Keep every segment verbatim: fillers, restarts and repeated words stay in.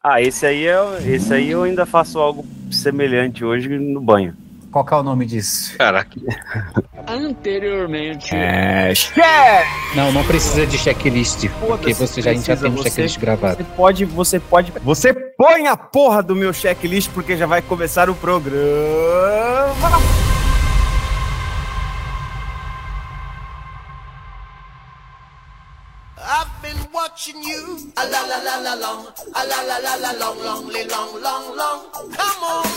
Ah, esse aí, é, esse aí eu ainda faço algo semelhante hoje no banho. Qual que é o nome disso? Caraca. Anteriormente. É... Não, não precisa de checklist, porque você já, a gente já tem um checklist gravado. Você pode, você pode... Você põe a porra do meu checklist, porque já vai começar o programa... I've been watching you, a la la la la long, a la la la la long, long, long, long, long. Come on.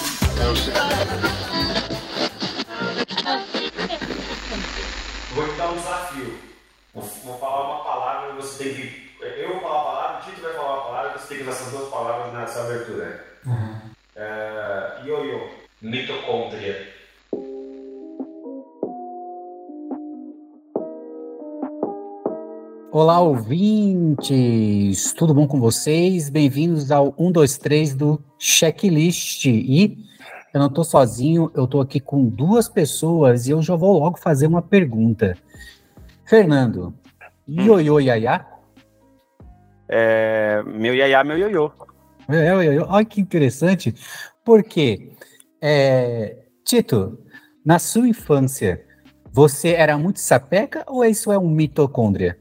Vou te dar um desafio. Vou, vou falar uma palavra e você tem que... Eu vou falar a palavra, o Tito vai falar a palavra e você tem que usar essas duas palavras nessa abertura. Uhum. É, ioiô. Mitocôndria. Olá, ouvintes! Tudo bom com vocês? Bem-vindos ao um, dois, três do Checklist. E eu não tô sozinho, eu tô aqui com duas pessoas e eu já vou logo fazer uma pergunta. Fernando, ioiô iaiá? É, meu iaiá, meu ioiô. Meu ioiô, olha que interessante, porque, é, Tito, na sua infância, você era muito sapeca ou isso é um mitocôndria?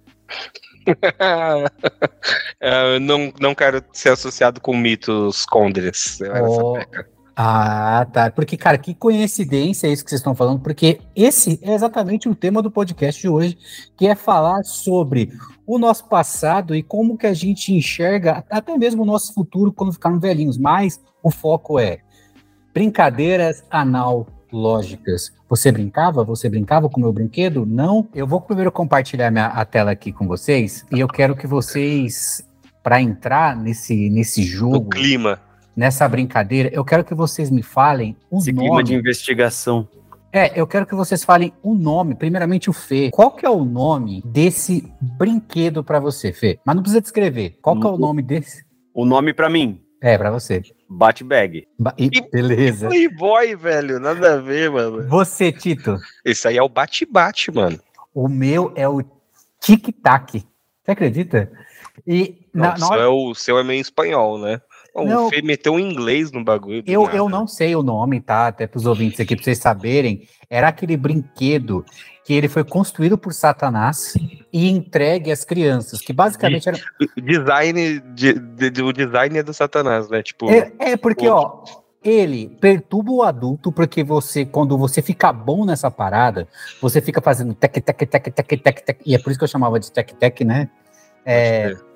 Eu não, não quero ser associado com mitos côndrias. Eu era Oh. sapeca. Ah, tá. Porque, cara, que coincidência isso que vocês estão falando, porque esse é exatamente o tema do podcast de hoje, que é falar sobre o nosso passado e como que a gente enxerga até mesmo o nosso futuro quando ficarmos velhinhos. Mas o foco é brincadeiras analógicas. Você brincava? Você brincava com o meu brinquedo? Não? Eu vou primeiro compartilhar minha, a tela aqui com vocês e eu quero que vocês, para entrar nesse, nesse jogo... O clima. Nessa brincadeira, eu quero que vocês me falem o Esse nome. clima de investigação. É, eu quero que vocês falem o nome, primeiramente o Fê. Qual que é o nome desse brinquedo pra você, Fê? Mas não precisa descrever. Qual que é o nome desse? O nome pra mim? É, pra você. Bat-bag. Ba- e- beleza. Playboy, velho. Nada a ver, mano. Você, Tito. Esse aí é o bate-bate, mano. O meu é o tic-tac. Você acredita? E Não, na, o, na seu hora... é o seu é meio espanhol, né? O Não. Fê meteu um inglês no bagulho. do Eu, nada. eu não sei o nome, tá? Até pros ouvintes aqui, pra vocês saberem. Era aquele brinquedo que ele foi construído por Satanás e entregue às crianças, que basicamente era... O design, de, de- de- o design é do Satanás, né? Tipo, É, é porque, ó, ele perturba o adulto, porque você, quando você fica bom nessa parada, você fica fazendo tec, tec, tec, tec, tec, tec, e é por isso que eu chamava de tec, tec, né? É, pode ser.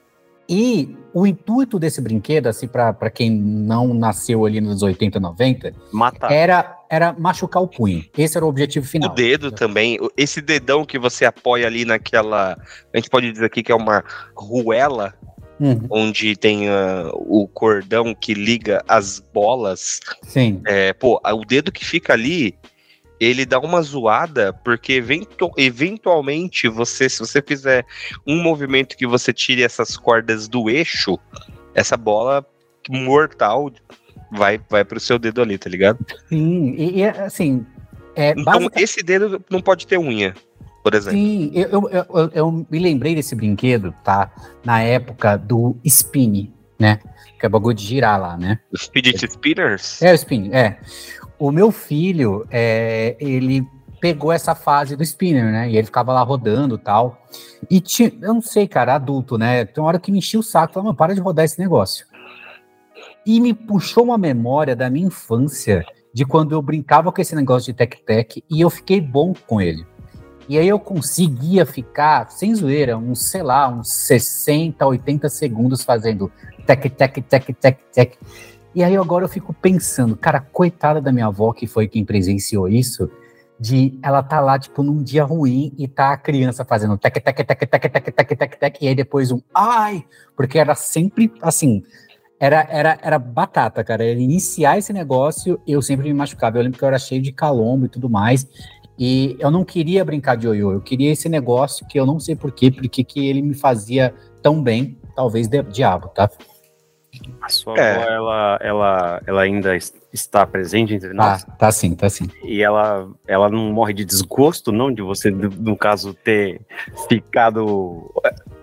e o intuito desse brinquedo, assim, pra, pra quem não nasceu ali nos oitenta, noventa, Matar. era, era machucar o punho. Esse era o objetivo O final. dedo também, o- esse dedão que você apoia ali naquela, a gente pode dizer aqui que é uma ruela, Uhum, onde tem ah, o cordão que liga as bolas. sim. É, pô, o dedo que fica ali, ele dá uma zoada, porque eventu- eventualmente você, se você fizer um movimento que você tire essas cordas do eixo, essa bola mortal vai, vai pro seu dedo ali, tá ligado? Sim, e, e, assim, é, Então basica- esse dedo não pode ter unha, por exemplo. Sim, eu, eu, eu, eu- eu me lembrei desse brinquedo, tá? Na época do Spin, né? Que é o bagulho de girar lá, né? Os fidget spinners? É o Spin, é. O meu filho, é, ele pegou essa fase do spinner, né? E ele ficava lá rodando e tal. E tinha, eu não sei, cara, adulto, né? Tem uma hora que me enchia o saco, falava, mano, para de rodar esse negócio. E me puxou uma memória da minha infância, de quando eu brincava com esse negócio de tec-tec, e eu fiquei bom com ele. E aí eu conseguia ficar, sem zoeira, uns, sei lá, uns sessenta, oitenta segundos fazendo tec, tec, tec, tec, tec. E aí agora eu fico pensando, cara, coitada da minha avó, que foi quem presenciou isso, de ela tá lá, tipo, num dia ruim e tá a criança fazendo tec, tec, tec, tec, tec, tec, tec, tec, e aí depois um ai, porque era sempre, assim, era, era, era batata, cara, era iniciar esse negócio, eu sempre me machucava, eu lembro que eu era cheio de calombo e tudo mais, e eu não queria brincar de ioiô, eu queria esse negócio que eu não sei porquê, porque que ele me fazia tão bem, talvez de, diabo, tá? A sua É. avó, ela, ela, ela ainda es- está presente entre Tá, nós? tá sim, tá sim. E ela, ela não morre de desgosto, não? De você, no no caso, ter ficado...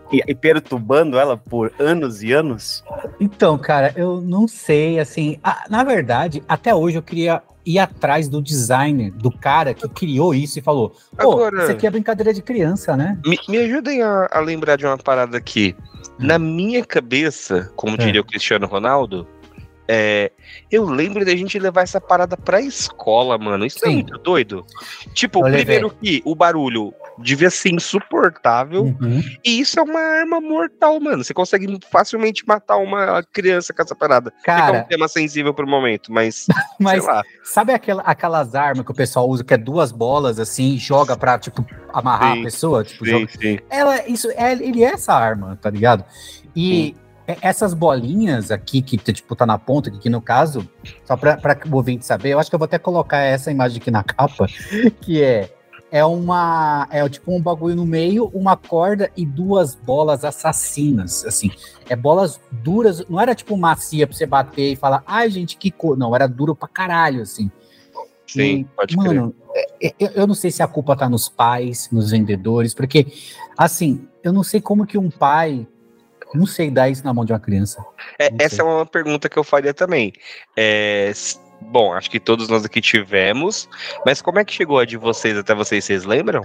e, e perturbando ela por anos e anos? Então, cara, eu não sei, assim, a, na verdade, até hoje eu queria ir atrás do designer, do cara que criou isso e falou, pô, Agora, isso aqui é brincadeira de criança, né? Me, me ajudem a, a lembrar de uma parada aqui. Na minha cabeça, como diria É. o Cristiano Ronaldo, é, eu lembro da gente levar essa parada pra escola, mano. Isso é Sim. muito doido. Tipo, Eu primeiro levei. que o barulho devia ser insuportável. Uhum. E isso é uma arma mortal, mano. Você consegue facilmente matar uma criança com essa parada. Cara- Fica um tema sensível pro momento, mas, Mas sei lá. sabe aquela, aquelas armas que o pessoal usa, que é duas bolas, assim, e joga pra, tipo, amarrar Sim, a pessoa? Tipo, Sim, joga... sim. Ela, isso, é, ele é essa arma, tá ligado? E é- essas bolinhas aqui, que tipo, tá na ponta, que aqui no caso, só pra, pra o ouvinte saber, eu acho que eu vou até colocar essa imagem aqui na capa, que é, é uma, é tipo um bagulho no meio, uma corda e duas bolas assassinas, assim. É bolas duras, não era tipo macia pra você bater e falar, ai gente, que cor, não, era duro pra caralho, assim. Sim, E, pode mano, é- é- eu, eu não sei se a culpa tá nos pais, nos vendedores, porque, assim, eu não sei como que um pai, não sei, dar isso na mão de uma criança. É, Não essa sei. é uma pergunta que eu faria também. É, s- bom, acho que todos nós aqui tivemos, mas como é que chegou a de vocês até vocês? Vocês lembram?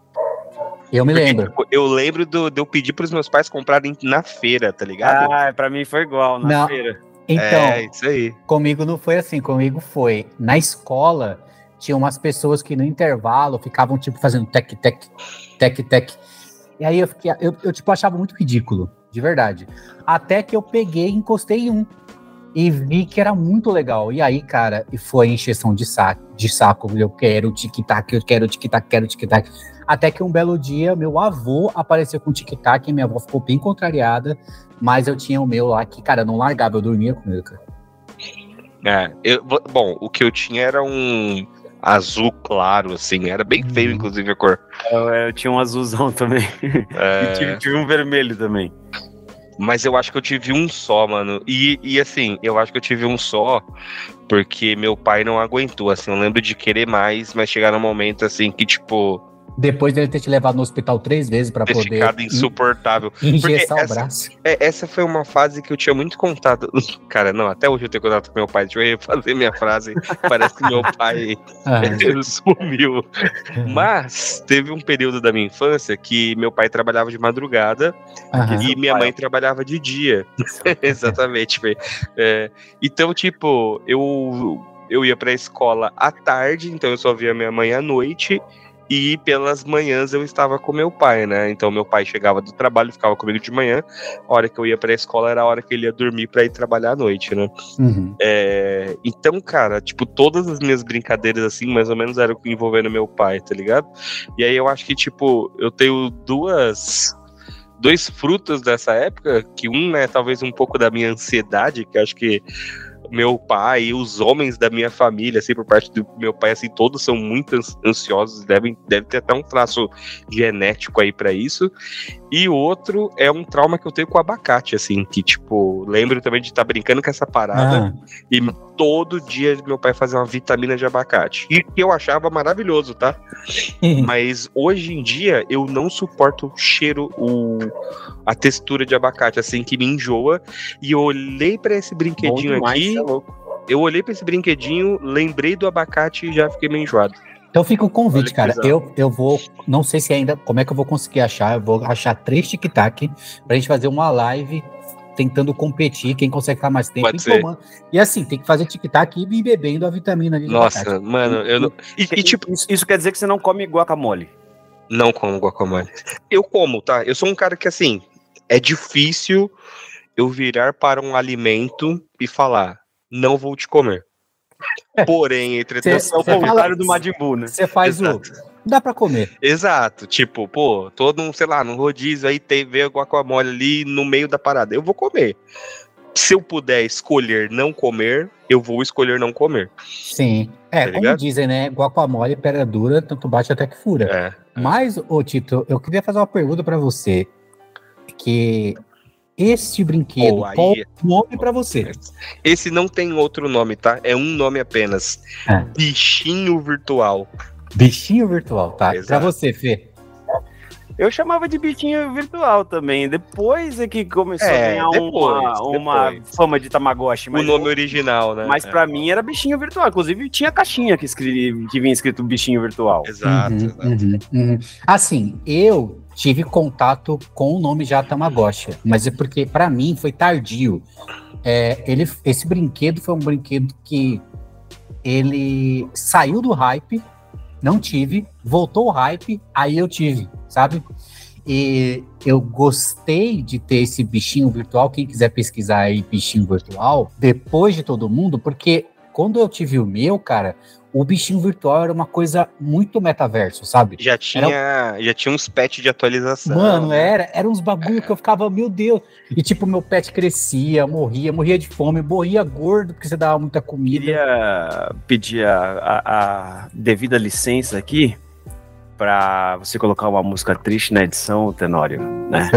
Eu me Porque, lembro. tipo, eu lembro do- de eu pedir pros meus pais comprarem na feira, tá ligado? Ah, pra mim foi igual, na Não. feira. Então, É, isso aí. comigo não foi assim, comigo foi, na escola, tinha umas pessoas que no intervalo ficavam, tipo, fazendo tec, tec, tec, tec. E aí eu, fiquei, eu, eu tipo, achava muito ridículo, de verdade. Até que eu peguei e encostei em um. E vi que era muito legal. E aí, cara, e foi encheção de saco, de saco. Eu quero tic-tac, eu quero tic-tac, quero tic-tac. Até que um belo dia, meu avô apareceu com tic-tac e minha avó ficou bem contrariada. Mas eu tinha o meu lá que, cara, eu não largava, eu dormia com ele, cara. É, eu- bom, o que eu tinha era um azul claro, assim, era bem feio, Uhum. inclusive, a cor. Eu, eu tinha um azulzão também. É, E tive, tive um vermelho também. mas eu acho que eu tive um só, mano. E, e assim, eu acho que eu tive um só porque meu pai não aguentou, assim. Eu lembro de querer mais, mas chegar num momento, assim, que, tipo, Depois dele ter te levado no hospital três vezes pra ter poder ficado insuportável. engessar o essa- braço. É, essa foi uma fase que eu tinha muito contato. Cara, não, até hoje eu tenho contato com meu pai. Deixa eu refazer minha frase. Parece que meu pai Ah, sumiu. Mas teve um período da minha infância que meu pai trabalhava de madrugada aham. e minha mãe trabalhava de dia. Exatamente. Fê. É, então, tipo, eu, eu ia pra escola à tarde, então eu só via minha mãe à noite. E pelas manhãs eu estava com meu pai, né? Então meu pai chegava do trabalho, ficava comigo de manhã. A hora que eu ia pra escola era a hora que ele ia dormir pra ir trabalhar à noite, né? Uhum. É, então, cara, tipo, todas as minhas brincadeiras, assim, mais ou menos eram envolvendo meu pai, tá ligado? E aí eu acho que, tipo, eu tenho duas... Dois frutos dessa época, que um, né, talvez um pouco da minha ansiedade, que eu acho que meu pai e os homens da minha família, assim, por parte do meu pai, assim, todos são muito ansiosos, devem, deve ter até um traço genético aí pra isso. E o outro é um trauma que eu tenho com abacate, assim, que, tipo, lembro também de estar brincando com essa parada Ah, e todo dia meu pai fazia uma vitamina de abacate. E que eu achava maravilhoso, tá? Mas hoje em dia eu não suporto o cheiro, o, a textura de abacate, assim, que me enjoa. E eu olhei pra esse brinquedinho Bom demais, aqui, cê é louco. eu olhei pra esse brinquedinho, lembrei do abacate e já fiquei meio enjoado. Então fica o convite, Olha que cara. bizarro. Eu, eu vou, não sei se ainda, como é que eu vou conseguir achar, eu vou achar três tic-tac pra gente fazer uma live tentando competir, quem consegue ficar mais tempo Pode e ser. tomando. E assim, tem que fazer tic-tac e ir bebendo a vitamina ali de Nossa, abacate. mano, eu não. E, e, tipo, Isso, isso quer dizer que você não come guacamole. não como guacamole. Eu como, tá? Eu sou um cara que, assim, é difícil eu virar para um alimento e falar, não vou te comer. Porém, entretanto. Cê- É o Você fala- contrário do Majin Buu, né? Você faz Exato. o... Dá pra comer. Exato, tipo, pô, todo um, sei lá, num rodízio aí tem veio guacamole ali no meio da parada. Eu vou comer. Se eu puder escolher não comer, eu vou escolher não comer. Sim. É, Tá como ligado? dizem, né? Guacamole, pedra dura, tanto bate até que fura. É. Mas, ô Tito, eu queria fazer uma pergunta pra você. Que este brinquedo, Pô, aí- qual o nome pra você? Esse não tem outro nome, tá? É um nome apenas. É. Bichinho virtual. Bichinho virtual, tá? Exato. Pra você, Fê. Eu chamava de bichinho virtual também. Depois é que começou É, a ganhar depois, uma, uma depois. fama de Tamagotchi. Mas O nome eu- original, né? Mas É. pra mim era bichinho virtual. Inclusive tinha caixinha que, escrevi, que vinha escrito bichinho virtual. Exato, Uhum, exato. uhum, uhum. Assim, eu tive contato com o nome já Tamagotchi, mas é porque pra mim foi tardio. É, ele, esse brinquedo foi um brinquedo que ele saiu do hype, não tive, voltou o hype, aí eu tive, sabe? E eu gostei de ter esse bichinho virtual, quem quiser pesquisar aí bichinho virtual, depois de todo mundo, porque quando eu tive o meu, cara, o bichinho virtual era uma coisa muito metaverso, sabe? Já tinha, já tinha uns patches de atualização. Mano, né? era, era uns bagulho que eu ficava, meu Deus. E tipo, meu pet crescia, morria, morria de fome, morria gordo porque você dava muita comida. Queria pedir a, a- a devida licença aqui pra você colocar uma música triste na edição, Tenório, né?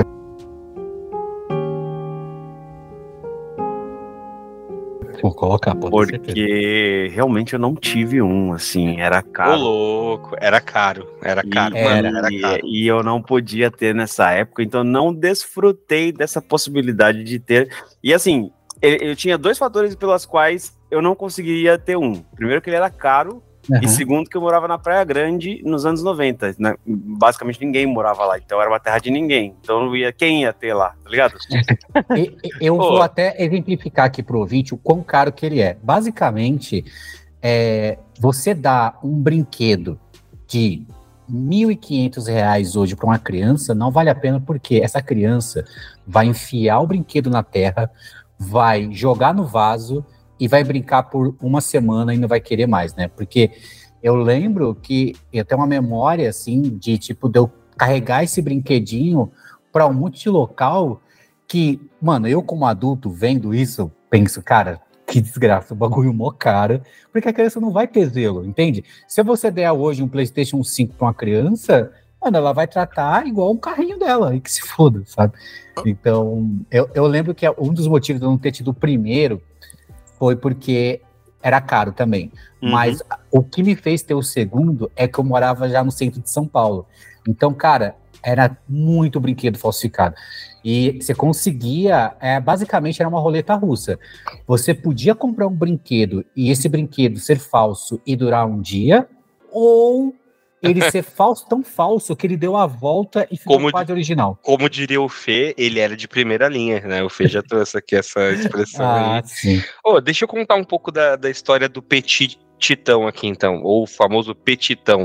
Vou colocar, pode ter certeza. Porque realmente eu não tive um, assim, era Ô, caro. louco, era caro, era caro, E- mano, era. era caro. E, e eu não podia ter nessa época, então não desfrutei dessa possibilidade de ter. E assim, eu, eu tinha dois fatores pelos quais eu não conseguiria ter um. Primeiro que ele era caro, Uhum. e segundo que eu morava na Praia Grande nos anos noventa, né? Basicamente ninguém morava lá, então era uma terra de ninguém. Então eu ia, quem ia ter lá, tá ligado? E- e- Eu Pô. vou até exemplificar aqui pro ouvinte o quão caro que ele é. Basicamente, é, você dá um brinquedo de mil e quinhentos reais hoje para uma criança, não vale a pena porque essa criança vai enfiar o brinquedo na terra, vai jogar no vaso e vai brincar por uma semana e não vai querer mais, né? Porque eu lembro que eu tenho uma memória, assim, de, tipo, de eu carregar esse brinquedinho para um monte de local que, mano, eu como adulto, vendo isso, penso, cara, que desgraça, o bagulho mó cara, porque a criança não vai ter zelo, entende? Se você der hoje um PlayStation cinco para uma criança, mano, ela vai tratar igual um carrinho dela, e que se foda, sabe? Então, eu, eu lembro que um dos motivos de eu não ter tido o primeiro foi porque era caro também. Uhum. Mas o que me fez ter o segundo é que eu morava já no centro de São Paulo. Então, cara, era muito brinquedo falsificado. E você conseguia, é, basicamente era uma roleta russa. Você podia comprar um brinquedo e esse brinquedo ser falso e durar um dia, ou ele ser falso, tão falso que ele deu a volta e ficou Como quase original. Como diria o Fê, ele era de primeira linha, né? O Fê já trouxe aqui essa expressão Ah, aí. sim. Ô, deixa eu contar um pouco da, da história do Petit Titão aqui, então. Ou o famoso Petitão.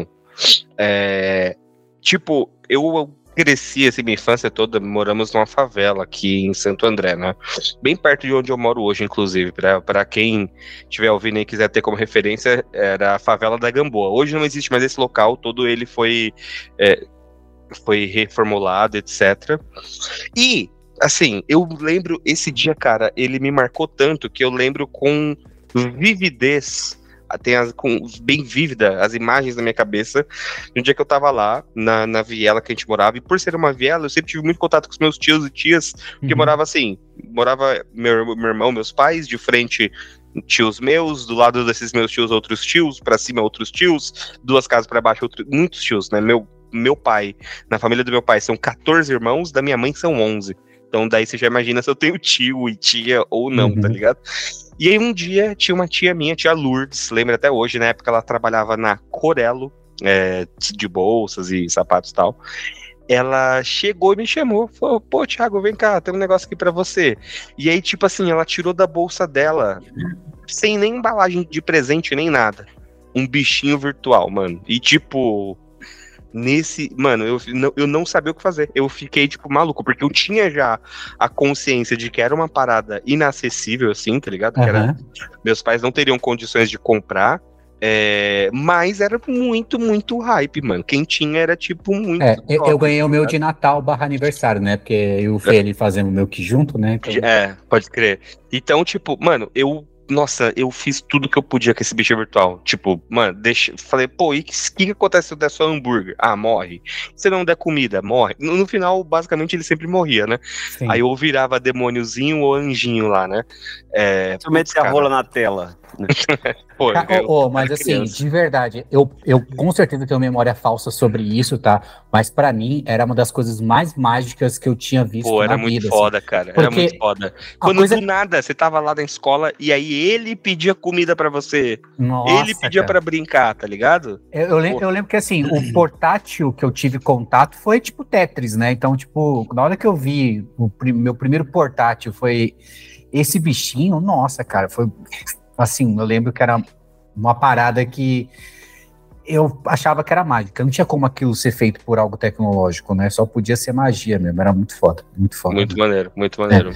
É, tipo, eu cresci, assim, minha infância toda, moramos numa favela aqui em Santo André, né? Bem perto de onde eu moro hoje, inclusive. Pra, pra quem estiver ouvindo e quiser ter como referência, era a favela da Gamboa. Hoje não existe mais esse local, todo ele foi... É, foi reformulado, etcétera. E, assim, eu lembro esse dia, cara, ele me marcou tanto que eu lembro com vividez, tem as, com, bem vívida as imagens na minha cabeça, no dia que eu tava lá, na, na viela que a gente morava, e por ser uma viela, eu sempre tive muito contato com os meus tios e tias, porque Uhum. morava assim, morava meu, meu irmão, meus pais, de frente tios meus, do lado desses meus tios, outros tios, pra cima outros tios, duas casas pra baixo, outro, muitos tios, né, meu meu pai, na família do meu pai são quatorze irmãos, da minha mãe são onze. Então daí você já imagina se eu tenho tio e tia ou não, Uhum. tá ligado? E aí um dia tinha uma tia minha, tia Lourdes, lembra até hoje, na época ela trabalhava na Corello, é, de bolsas e sapatos e tal. Ela chegou e me chamou, falou, pô, Thiago, vem cá, tem um negócio aqui pra você. E aí, tipo assim, ela tirou da bolsa dela, sem nem embalagem de presente, nem nada, um bichinho virtual, mano. E tipo... Nesse, mano, eu não, eu não sabia o que fazer. Eu fiquei, tipo, maluco, porque eu tinha já a consciência de que era uma parada inacessível, assim, tá ligado? Que era, Aham. meus pais não teriam condições de comprar, é, mas era muito, muito hype, mano. Quem tinha era, tipo, muito. É, eu, top, eu ganhei o meu tá de Natal barra aniversário, né? Porque eu e o Fê ali fazendo o meu que junto, né? Então, É, pode crer. Então, tipo, mano, eu nossa, eu fiz tudo que eu podia com esse bicho virtual. Tipo, mano, deixa. Falei, pô, e o que, que acontece se eu der só hambúrguer? Ah, morre. Se não der comida, morre. No, no final, basicamente, ele sempre morria, né? Sim. Aí eu virava demôniozinho ou anjinho lá, né? É, Tu mete a cara, rola na tela. pô, Ca- eu- ô, ô, mas era assim, criança. de verdade, eu, eu com certeza tenho memória falsa sobre isso, tá? Mas pra mim era uma das coisas mais mágicas que eu tinha visto Pô, na era muito vida. foda, cara. Era Porque muito foda. a Quando coisa- do nada você tava lá na escola e aí ele pedia comida pra você. assim. Nossa, ele pedia cara. pra brincar, tá ligado? Eu, eu, lem- Pô. eu lembro que assim, o portátil que eu tive contato foi tipo Tetris, né? Então, tipo, na hora que eu vi o prim- meu primeiro portátil foi esse bichinho, nossa, cara, foi assim, eu lembro que era uma parada que eu achava que era mágica. Não tinha como aquilo ser feito por algo tecnológico, né? Só podia ser magia mesmo, era muito foda, muito foda. Muito maneiro, muito maneiro.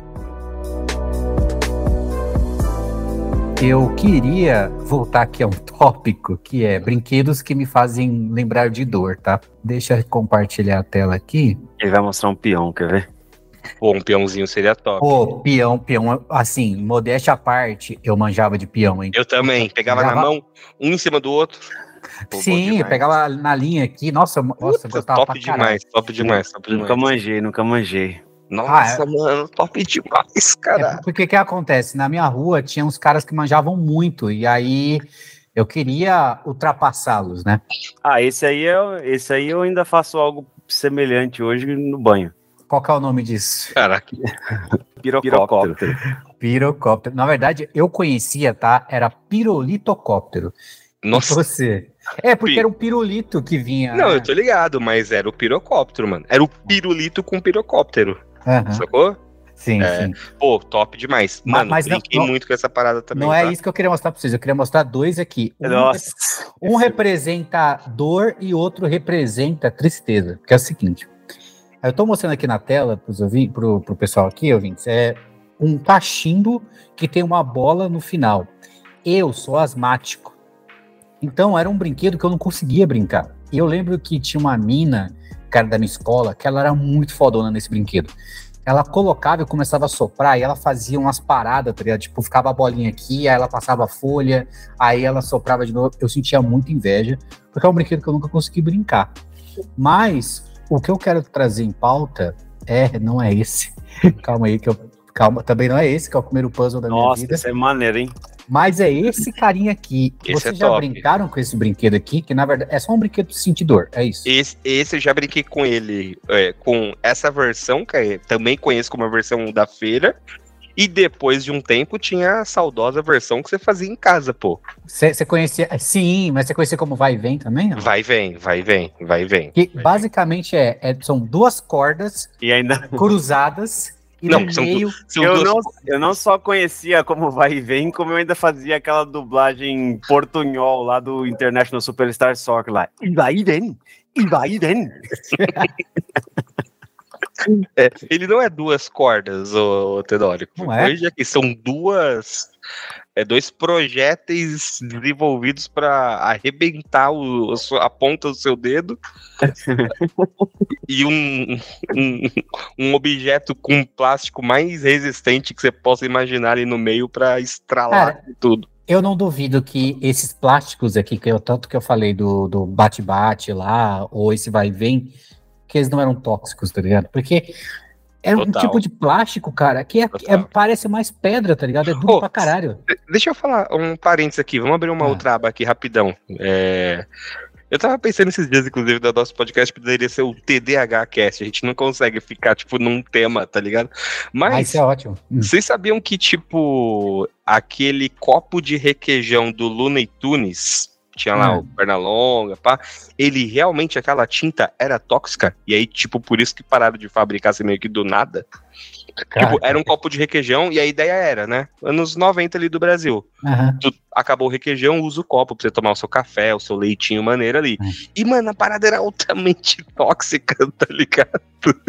Eu queria voltar aqui a um tópico que é brinquedos que me fazem lembrar de dor, tá? Deixa eu compartilhar a tela aqui. Ele vai mostrar um peão, quer ver? Pô, um peãozinho seria top. Pô, peão, peão, assim, modéstia à parte, eu manjava de peão, hein? Eu também, pegava na Pegava- mão, um em cima do outro. Pô, bom Sim, eu demais. pegava na linha aqui, nossa, eu- nossa, eu Puta, gostava top pra caralho. demais, top demais, top demais. Nunca manjei, nunca manjei. Nossa, Ah, mano, top demais, É cara. porque o que acontece? Na minha rua tinha uns caras que manjavam muito, e aí eu queria ultrapassá-los, né? Ah, esse aí, é, esse aí eu ainda faço algo semelhante hoje no banho. Qual que é o nome disso? Caraca, Pirocóptero. Pirocóptero. Na verdade, eu conhecia, tá? Era pirolitocóptero. nossa. E você? É, porque Pi- era um pirulito que vinha. Não, né? eu tô ligado, mas era o pirocóptero, mano. Era o pirulito com pirocóptero, Aham. sacou? Sim, É, sim. Pô, top demais. Ma- Mano, mas não- brinquei não- muito com essa parada também. Não é tá? isso que eu queria mostrar pra vocês. Eu queria mostrar dois aqui. Um, Nossa. um representa dor e outro representa tristeza. Que é o seguinte. Eu tô mostrando aqui na tela pros ouvi- pro, pro pessoal aqui, ouvintes, é um cachimbo que tem uma bola no final. Eu sou asmático. Então era um brinquedo que eu não conseguia brincar. E eu lembro que tinha uma mina, cara da minha escola, que ela era muito fodona nesse brinquedo. Ela colocava e começava a soprar e ela fazia umas paradas, tá ligado? Tipo, ficava a bolinha aqui, aí ela passava a folha, aí ela soprava de novo. Eu sentia muita inveja, porque é um brinquedo que eu nunca consegui brincar. Mas o que eu quero trazer em pauta é, não é esse. Calma aí, que eu. Calma, também não é esse, que é o primeiro puzzle da minha Nossa, vida. isso é maneiro, hein? Mas é esse carinha aqui. Esse Vocês é já top. brincaram com esse brinquedo aqui? Que na verdade é só um brinquedo de sentir dor, é isso. Esse, esse eu já brinquei com ele, é, com essa versão, que eu também conheço como a versão da feira. E depois de um tempo tinha a saudosa versão que você fazia em casa, pô. Você conhecia. Sim, mas você conhecia como vai e vem também? Não? Vai e vem, vai e vem, vai e vem. Que vai e basicamente é, é- são duas cordas E ainda. cruzadas e Não, no são meio. São Eu duas- não, eu não só conhecia como vai e vem, como eu ainda fazia aquela dublagem portunhol lá do International Superstar Soccer lá. E vai e vem, e vai e vem. É, ele não é duas cordas, ô Teodórico. Não é? Hoje aqui são duas. É dois projéteis desenvolvidos para arrebentar o, a, sua- a ponta do seu dedo e um, um, um objeto com plástico mais resistente que você possa imaginar ali no meio para estralar Cara, tudo. Eu não duvido que esses plásticos aqui, que eu, tanto que eu falei do do bate-bate lá, ou esse vai e vem, que eles não eram tóxicos, tá ligado? Porque é um Total. tipo de plástico, cara, que é, Total. é- parece mais pedra, tá ligado? É duro Pô, pra caralho. De- Deixa eu falar um parênteses aqui, vamos abrir uma Ah. outra aba aqui rapidão. É, Eu tava pensando esses dias, inclusive, do nosso podcast poderia ser o T D A H Cast. A gente não consegue ficar, tipo, num tema, tá ligado? Mas Mas isso é ótimo. Hum. vocês sabiam que, tipo, aquele copo de requeijão do Looney Tunes, tinha lá Hum. o Pernalonga, pá, ele realmente, aquela tinta era tóxica, e aí, tipo, por isso que pararam de fabricar assim, meio que do nada. Cara, Tipo, era um copo de requeijão, e a ideia era, né, anos noventa ali do Brasil. aham. Tu acabou o requeijão, usa o copo pra você tomar o seu café, o seu leitinho maneiro ali. Hum. E, mano, a parada era altamente tóxica, tá ligado?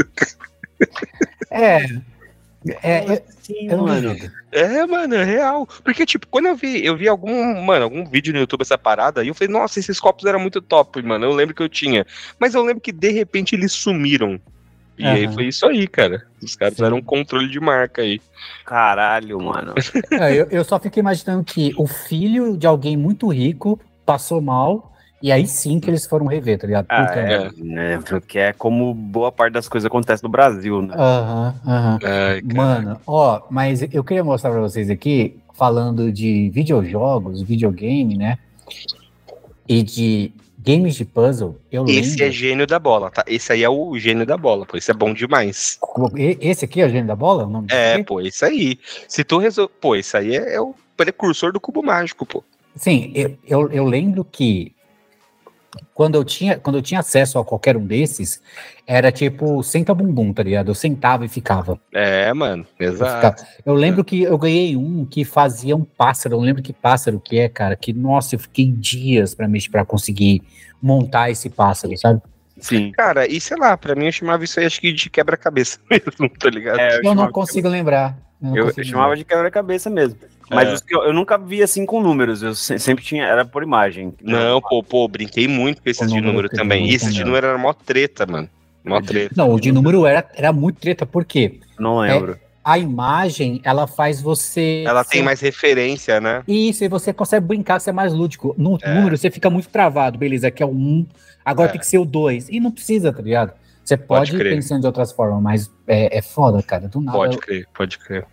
É. É, eu, Sim, eu não mano. duvido. É, mano, é real. Porque, tipo, quando eu vi, eu vi algum, mano, algum vídeo no YouTube essa parada, e eu falei, nossa, esses copos eram muito top, mano. Eu lembro que eu tinha. Mas eu lembro que, de repente, eles sumiram. E uhum. aí foi isso aí, cara. Os caras fizeram um controle de marca aí. Caralho, mano. É, eu, eu só fico imaginando que o filho de alguém muito rico passou mal, e aí sim que eles foram rever, tá ligado? Ah, Puta, é, né? Porque é como boa parte das coisas acontece no Brasil, né? Aham, aham. Mano, ó, mas eu queria mostrar pra vocês aqui, falando de videojogos, videogame, né? E de games de puzzle, eu Esse lembro... é gênio da bola, tá? Esse aí é o gênio da bola, pô. Esse é bom demais. Esse aqui é o gênio da bola? O nome é, aqui? pô, esse aí. Se tu resolver... Pô, esse aí é, é o precursor do cubo mágico, pô. Sim, eu, eu, eu lembro que quando eu, tinha, quando eu tinha acesso a qualquer um desses, era tipo, senta bumbum, tá ligado? Eu sentava e ficava. É, mano, exato. Eu, ficava. eu lembro que eu ganhei um que fazia um pássaro, eu não lembro que pássaro que é, cara, que, nossa, eu fiquei dias pra, mexer, pra conseguir montar esse pássaro, sabe? Sim. Cara, e sei lá, pra mim eu chamava isso aí, acho que de quebra-cabeça mesmo, tá ligado? É, eu, eu não consigo de... lembrar. Eu, não eu, consigo eu chamava lembrar. de quebra-cabeça mesmo. Mas é. os que eu, eu nunca vi assim com números, eu se, sempre tinha, era por imagem. Não, pô, pô, brinquei muito com esses de número também. E esses de número era mó treta, mano. Mó treta. Não, o de número era, era muito treta, por quê? Não lembro. É, a imagem, ela faz você... Ela tem mais referência, né? Isso, e você consegue brincar, ser mais lúdico. No é. número, você fica muito travado, beleza, aqui é o um, agora é. tem que ser o dois. E não precisa, tá ligado? Você pode, pode ir pensando de outras formas, mas é, é foda, cara, do nada. Pode crer, pode crer.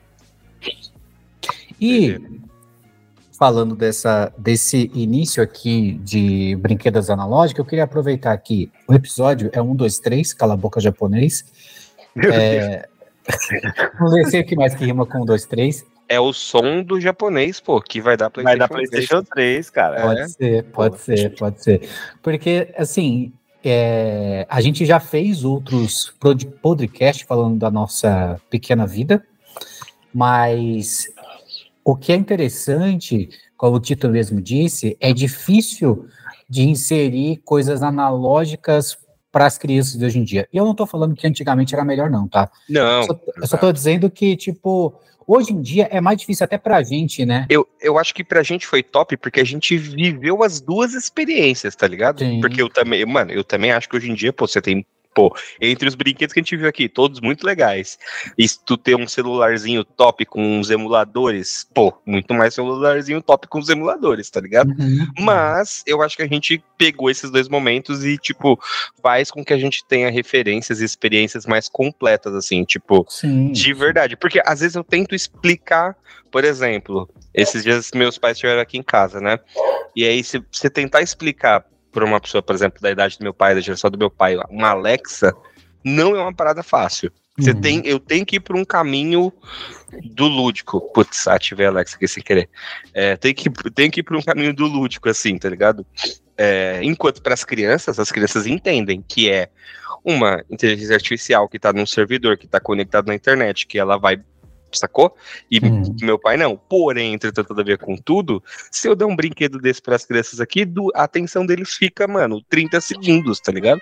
E... Entendi. Falando dessa, desse início aqui de brinquedos analógicos, eu queria aproveitar aqui, o episódio é um, dois, três, Cala a Boca Japonês. É... Não sei o que mais que rima com um, dois, três. É o som do japonês, pô, que vai dar PlayStation, vai dar PlayStation três, cara. Pode é. ser, pode pô. ser, pode ser. Porque, assim, é... a gente já fez outros podcasts falando da nossa pequena vida, mas... O que é interessante, como o Tito mesmo disse, é difícil de inserir coisas analógicas para as crianças de hoje em dia. E eu não estou falando que antigamente era melhor, não, tá? Não. Eu só, eu só estou dizendo que, tipo, hoje em dia é mais difícil até para a gente, né? Eu, eu acho que pra gente foi top porque a gente viveu as duas experiências, tá ligado? Sim. Porque eu também, mano, eu também acho que hoje em dia, pô, você tem... Pô, entre os brinquedos que a gente viu aqui, todos muito legais. E se tu ter um celularzinho top com uns emuladores, pô, muito mais celularzinho top com os emuladores, tá ligado? Uhum. Mas eu acho que a gente pegou esses dois momentos e, tipo, faz com que a gente tenha referências e experiências mais completas, assim, tipo, Sim. de verdade. Porque às vezes eu tento explicar, por exemplo, esses dias meus pais estiveram aqui em casa, né? E aí, se você tentar explicar para uma pessoa, por exemplo, da idade do meu pai, da geração do meu pai, uma Alexa, não é uma parada fácil. Você Uhum. tem, eu tenho que ir por um caminho do lúdico. Putz, ativei a Alexa aqui sem querer. É, tem, que, tem que ir por um caminho do lúdico, assim, tá ligado? É, enquanto para as crianças, as crianças entendem que é uma inteligência artificial que está num servidor, que está conectado na internet, que ela vai... Sacou? E Hum. meu pai não. Porém, entretanto, todavia, contudo, se eu der um brinquedo desse para as crianças aqui, do, a atenção deles fica, mano, trinta segundos, tá ligado?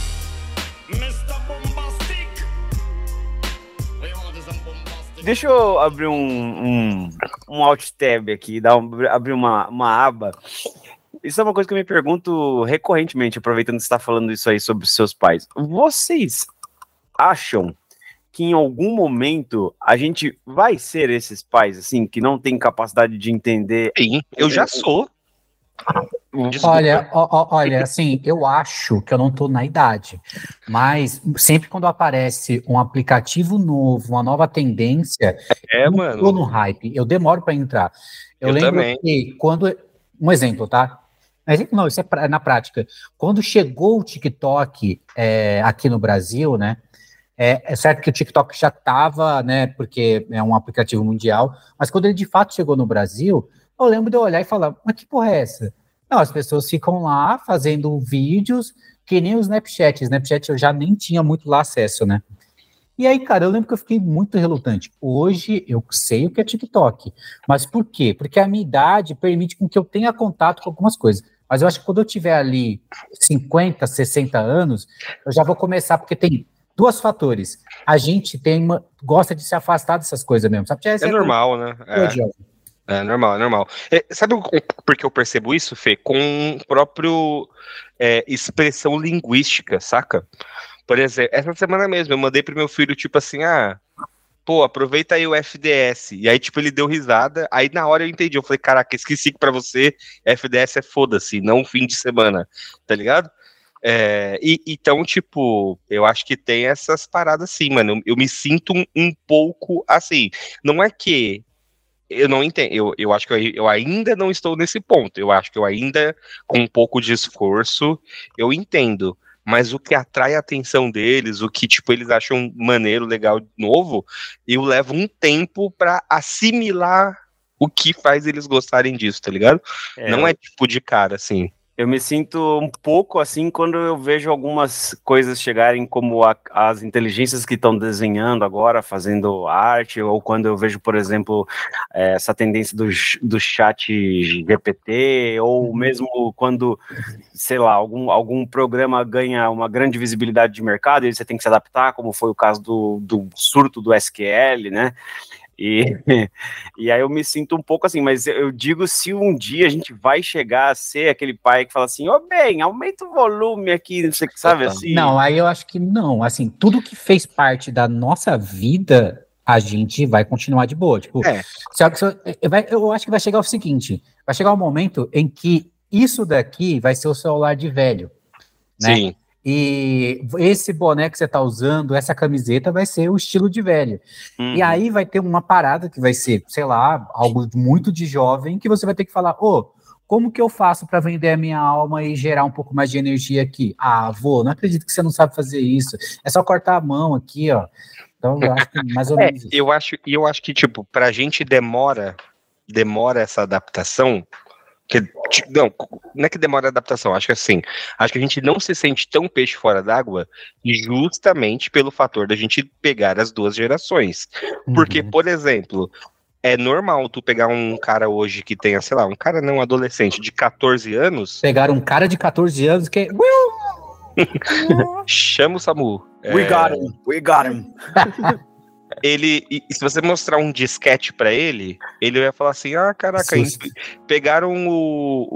Deixa eu abrir um, um, um alt tab aqui, dar um, abrir uma, uma aba. Isso é uma coisa que eu me pergunto recorrentemente, aproveitando que você está falando isso aí sobre os seus pais. Vocês acham que em algum momento a gente vai ser esses pais, assim, que não tem capacidade de entender? Sim, eu já sou. Desculpa. Olha, ó, ó, olha, assim, eu acho que eu não tô na idade, mas sempre quando aparece um aplicativo novo, uma nova tendência, é, eu não mano. tô no hype, eu demoro para entrar. Eu, eu lembro também. que quando, um exemplo, tá? Exemplo não, isso é pra, na prática. Quando chegou o TikTok é, aqui no Brasil, né? É, é certo que o TikTok já estava, né, porque é um aplicativo mundial, mas quando ele de fato chegou no Brasil, eu lembro de eu olhar e falar, mas que porra é essa? Não, as pessoas ficam lá fazendo vídeos que nem o Snapchat. O Snapchat eu já nem tinha muito lá acesso, né? E aí, cara, eu lembro que eu fiquei muito relutante. Hoje eu sei o que é TikTok, mas por quê? Porque a minha idade permite com que eu tenha contato com algumas coisas. Mas eu acho que quando eu tiver ali cinquenta, sessenta anos, eu já vou começar, porque tem dois fatores. A gente tem uma, gosta de se afastar dessas coisas mesmo, sabe? É, é normal, né? É. é normal, é normal. É, sabe por que eu percebo isso, Fê? Com o próprio é, expressão linguística, saca? Por exemplo, essa semana mesmo, eu mandei pro meu filho, tipo assim, ah, pô, aproveita aí o F D S. E aí, tipo, ele deu risada. Aí, na hora, eu entendi. Eu falei, caraca, esqueci que pra você, F D S é foda-se, não fim de semana. Tá ligado? É, e, então, tipo, eu acho que tem essas paradas assim, mano. Eu, eu me sinto um, um pouco assim. Não é que eu não entendo. Eu, eu acho que eu, eu ainda não estou nesse ponto. Eu acho que eu ainda, com um pouco de esforço, eu entendo. Mas o que atrai a atenção deles, o que, tipo, eles acham maneiro, legal, novo, eu levo um tempo pra assimilar o que faz eles gostarem disso, tá ligado? É, não é, tipo, de cara, assim. Eu me sinto um pouco assim quando eu vejo algumas coisas chegarem como a, as inteligências que estão desenhando agora, fazendo arte, ou quando eu vejo, por exemplo, essa tendência do, do chat G P T, ou mesmo quando, sei lá, algum, algum programa ganha uma grande visibilidade de mercado e você tem que se adaptar, como foi o caso do, do surto do S Q L, né? E, e aí eu me sinto um pouco assim, mas eu digo se um dia a gente vai chegar a ser aquele pai que fala assim, ô oh, bem, aumenta o volume aqui, não sei o que, sabe assim? Não, aí eu acho que não, assim, tudo que fez parte da nossa vida, a gente vai continuar de boa, tipo, é. se, se, vai, eu acho que vai chegar o seguinte, vai chegar um momento em que isso daqui vai ser o celular de velho, né? Sim. E esse boné que você tá usando, essa camiseta vai ser o estilo de velho. Uhum. E aí vai ter uma parada que vai ser, sei lá, algo muito de jovem, que você vai ter que falar, ô, oh, como que eu faço para vender a minha alma e gerar um pouco mais de energia aqui? Ah, vô, não acredito que você não sabe fazer isso. É só cortar a mão aqui, ó. Então eu acho que mais ou menos é, isso. Eu acho, eu acho que, tipo, pra gente demora, demora essa adaptação. Que, não, não é que demora a adaptação, acho que assim, acho que a gente não se sente tão peixe fora d'água justamente pelo fator da gente pegar as duas gerações. Uhum. Porque, por exemplo, é normal tu pegar um cara hoje que tenha, sei lá, um cara não adolescente de catorze anos. Pegar um cara de catorze anos que. Chama o SAMU. We é... got him, we got him. Ele, e se você mostrar um disquete pra ele, ele vai falar assim, ah, caraca, imp... pegaram o,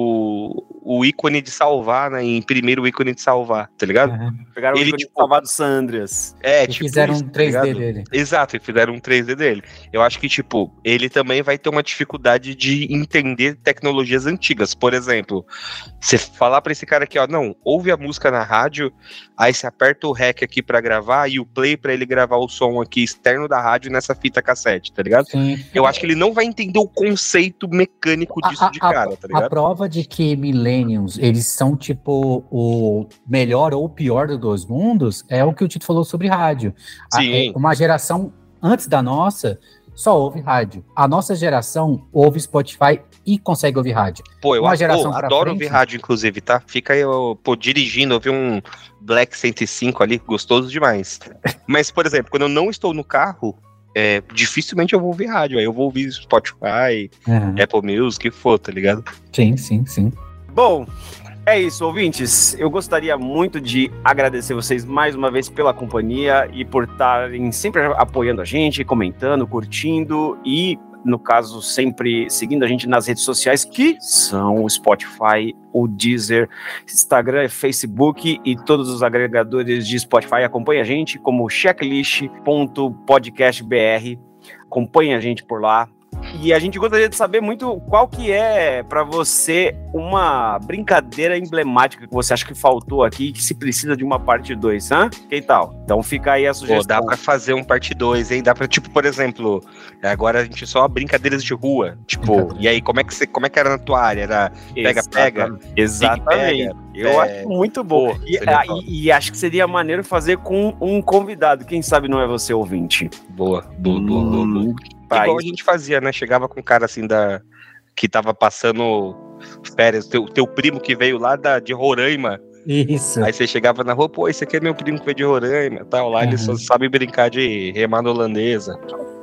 o, o ícone de salvar, né, imprimiram o ícone de salvar, tá ligado? Uhum. Pegaram ele, o ícone tipo, de salvar do San Andreas. É, e tipo fizeram isso, um três D tá dele. Exato, e fizeram um três D dele. Eu acho que, tipo, ele também vai ter uma dificuldade de entender tecnologias antigas. Por exemplo, você falar pra esse cara aqui, ó, não, ouve a música na rádio, aí você aperta o rec aqui pra gravar e o play pra ele gravar o som aqui externo da rádio nessa fita cassete, tá ligado? Sim. Eu acho que ele não vai entender o conceito mecânico disso a, de cara, a, tá ligado? A prova de que millennials, eles são tipo o melhor ou o pior dos dois mundos é o que o Tito falou sobre rádio. Sim. A, uma geração antes da nossa só ouve rádio. A nossa geração ouve Spotify e consegue ouvir rádio. Pô, eu adoro, adoro ouvir rádio, inclusive, tá? Fica eu, pô, dirigindo, ouvir um Black cento e cinco ali, gostoso demais. Mas, por exemplo, quando eu não estou no carro, é, dificilmente eu vou ouvir rádio. Aí eu vou ouvir Spotify, uhum. Apple Music, o que for, tá ligado? Sim, sim, sim. Bom, é isso, ouvintes. Eu gostaria muito de agradecer vocês mais uma vez pela companhia e por estarem sempre apoiando a gente, comentando, curtindo e, no caso, sempre seguindo a gente nas redes sociais, que são o Spotify, o Deezer, Instagram, Facebook e todos os agregadores de Spotify. Acompanhe a gente como checklist ponto podcast b r. Acompanhe a gente por lá. E a gente gostaria de saber muito qual que é, pra você, uma brincadeira emblemática que você acha que faltou aqui, que se precisa de uma parte dois, hã? Que tal? Então fica aí a sugestão. Pô, dá pra fazer um parte dois, hein? Dá pra, tipo, por exemplo, agora a gente só brincadeiras de rua, tipo, e aí, como é que você, como é que era na tua área? Era pega-pega? Exatamente. Pega, eu é... acho muito bom. Pô, e, a, e, e acho que seria maneiro fazer com um convidado, quem sabe não é você, ouvinte. Boa, boa, boa, boa, boa. Igual a gente fazia, né? Chegava com um cara assim da que tava passando férias, teu, teu primo que veio lá da, de Roraima. Isso. Aí você chegava na rua, pô, esse aqui é meu primo que veio de Roraima e tal. Lá uhum. Ele só sabe brincar de remada holandesa.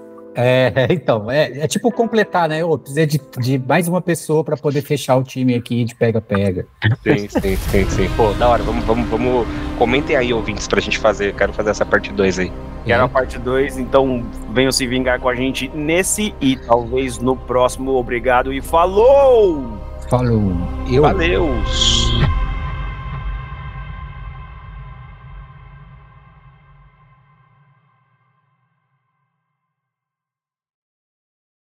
É, então, é, é tipo completar, né? Eu precisei de, de mais uma pessoa pra poder fechar o time aqui de pega-pega. Sim, sim, sim, sim. Pô, da hora, vamos, vamos, vamos. Comentem aí, ouvintes, pra gente fazer. Quero fazer essa parte dois aí. Quero a parte dois, então venham se vingar com a gente nesse e talvez no próximo. Obrigado e falou! Falou! Eu... Valeu!